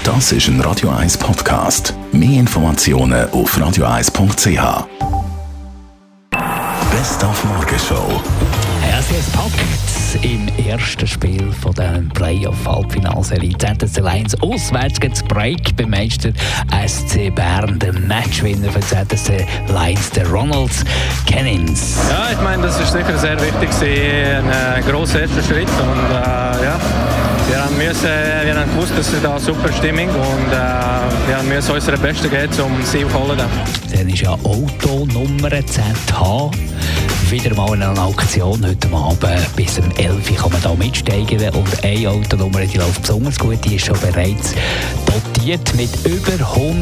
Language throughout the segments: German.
Das ist ein Radio 1 Podcast. Mehr Informationen auf radio1.ch. Best of Morgenshow. Ja, es packt im ersten Spiel von diesem Playoff-Halbfinalserie ZSC Lions auswärts gegen das Break beim Meister SC Bern. Der Matchwinner für ZSC Lions, der Ronald Kennins. Ja, ich meine, das ist sicher sehr wichtig, ein grosser erster Schritt. Und wir haben gewusst, dass es da super Stimmung und wir müssen unser Bestes geben, um sie zu holen. Dann ist ja Autonummer ZH wieder mal eine Auktion heute Abend. Bis um 11 Uhr kann man da mitsteigern und eine Autonummer, die läuft besonders gut, die ist schon bereits dotiert mit über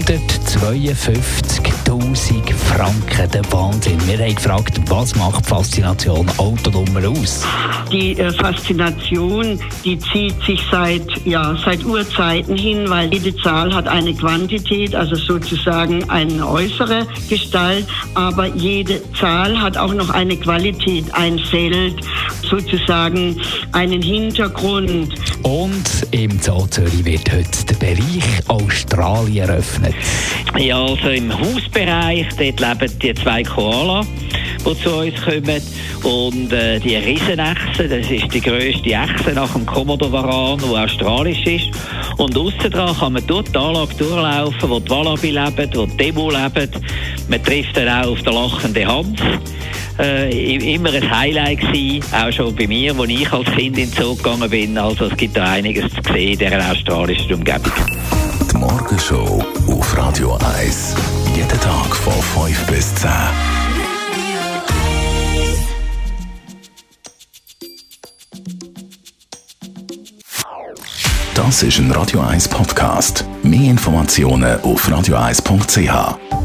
152'000 Franken. Der Wahnsinn. Wir haben gefragt, was macht die Faszination Autonummer aus? Die Faszination, die zieht sich seit Urzeiten hin, weil jede Zahl hat eine Quantität, also sozusagen eine äußere Gestalt, aber jede Zahl hat auch noch eine Qualität, ein Feld, sozusagen einen Hintergrund. Und im Zoo Zürich wird heute der Bereich Australien eröffnet. Ja, also im Hausbereich, dort leben die 2 Koalas, die zu uns kommen. Und die Riesenechse, das ist die grösste Echse nach dem Komodowaran, die australisch ist. Und aussen dran kann man durch die Anlage durchlaufen, wo die Wallaby leben, wo die Demo leben. Man trifft dann auch auf den lachenden Hans. Immer ein Highlight gewesen, auch schon bei mir, als ich als Kind in den Zoo gegangen bin. Also es gibt da einiges zu sehen in dieser australischen Umgebung. Die Morgenshow auf Radio 1. Jeden Tag von 5 bis 10. Das ist ein Radio 1 Podcast. Mehr Informationen auf radio1.ch.